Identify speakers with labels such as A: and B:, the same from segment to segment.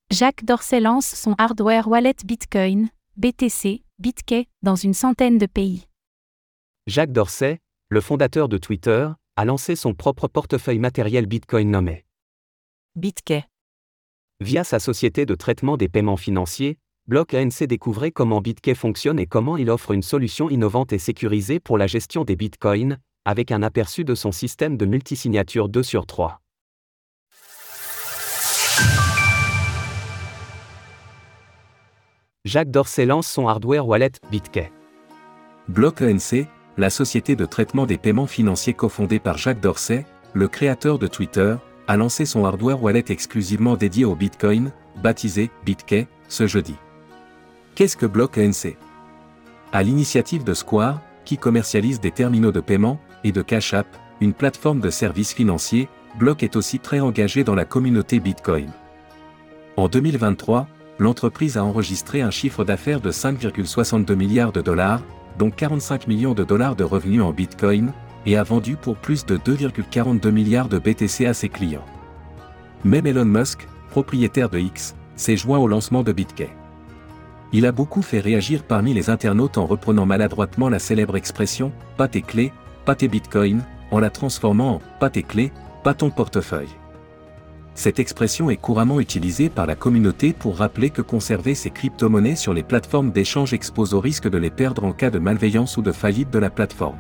A: Jack Dorsey lance son hardware wallet Bitcoin, BTC, BitKey, dans une centaine de pays.
B: Jack Dorsey, le fondateur de Twitter, a lancé son propre portefeuille matériel Bitcoin nommé
C: BitKey.
B: Via sa société de traitement des paiements financiers, Block ANC découvrait comment BitKey fonctionne et comment il offre une solution innovante et sécurisée pour la gestion des bitcoins, avec un aperçu de son système de multisignature 2/3. Jack Dorsey lance son hardware wallet BitKey.
D: Block ANC, la société de traitement des paiements financiers cofondée par Jack Dorsey, le créateur de Twitter, a lancé son hardware wallet exclusivement dédié au Bitcoin, baptisé BitKey, ce jeudi. Qu'est-ce que Block ANC ? À l'initiative de Square, qui commercialise des terminaux de paiement, et de Cash App, une plateforme de services financiers, Block est aussi très engagé dans la communauté Bitcoin. En 2023, l'entreprise a enregistré un chiffre d'affaires de 5,62 milliards de dollars, dont 45 millions de dollars de revenus en Bitcoin, et a vendu pour plus de 2,42 milliards de BTC à ses clients. Même Elon Musk, propriétaire de X, s'est joint au lancement de BitKey. Il a beaucoup fait réagir parmi les internautes en reprenant maladroitement la célèbre expression « pas tes clés, pas tes bitcoins », en la transformant en « pas tes clés, pas ton portefeuille ». Cette expression est couramment utilisée par la communauté pour rappeler que conserver ses crypto-monnaies sur les plateformes d'échange expose au risque de les perdre en cas de malveillance ou de faillite de la plateforme.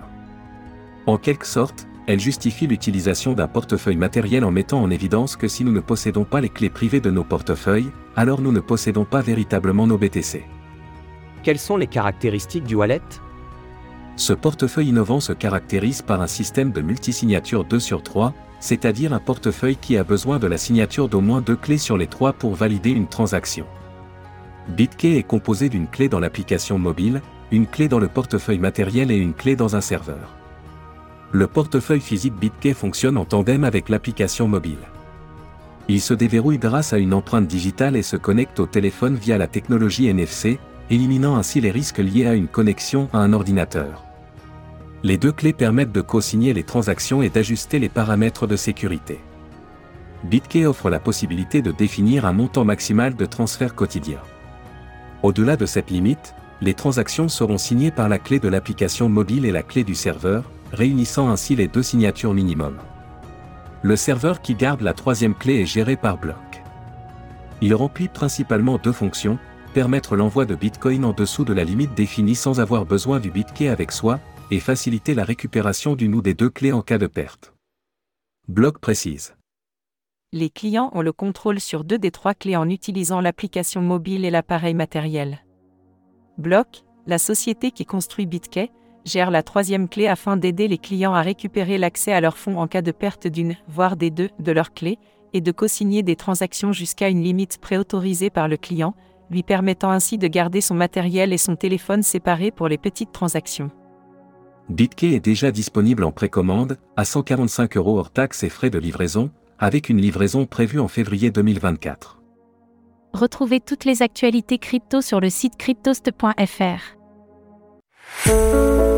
D: En quelque sorte, elle justifie l'utilisation d'un portefeuille matériel en mettant en évidence que si nous ne possédons pas les clés privées de nos portefeuilles, alors nous ne possédons pas véritablement nos BTC.
B: Quelles sont les caractéristiques du wallet ?
D: Ce portefeuille innovant se caractérise par un système de multisignature 2/3, c'est-à-dire un portefeuille qui a besoin de la signature d'au moins 2 clés sur les 3 pour valider une transaction. BitKey est composé d'une clé dans l'application mobile, une clé dans le portefeuille matériel et une clé dans un serveur. Le portefeuille physique BitKey fonctionne en tandem avec l'application mobile. Il se déverrouille grâce à une empreinte digitale et se connecte au téléphone via la technologie NFC, éliminant ainsi les risques liés à une connexion à un ordinateur. Les 2 clés permettent de co-signer les transactions et d'ajuster les paramètres de sécurité. BitKey offre la possibilité de définir un montant maximal de transfert quotidien. Au-delà de cette limite, les transactions seront signées par la clé de l'application mobile et la clé du serveur, réunissant ainsi les 2 signatures minimum. Le serveur qui garde la 3e clé est géré par Block. Il remplit principalement 2 fonctions, permettre l'envoi de Bitcoin en dessous de la limite définie sans avoir besoin du BitKey avec soi, et faciliter la récupération d'une ou des 2 clés en cas de perte. Block précise.
C: Les clients ont le contrôle sur 2 des 3 clés en utilisant l'application mobile et l'appareil matériel. Block, la société qui construit BitKey, gère la 3e clé afin d'aider les clients à récupérer l'accès à leurs fonds en cas de perte d'une, voire des 2, de leurs clés, et de co-signer des transactions jusqu'à une limite préautorisée par le client, lui permettant ainsi de garder son matériel et son téléphone séparés pour les petites transactions.
D: BitKey est déjà disponible en précommande, à 145 € hors taxes et frais de livraison, avec une livraison prévue en février 2024.
A: Retrouvez toutes les actualités crypto sur le site cryptost.fr.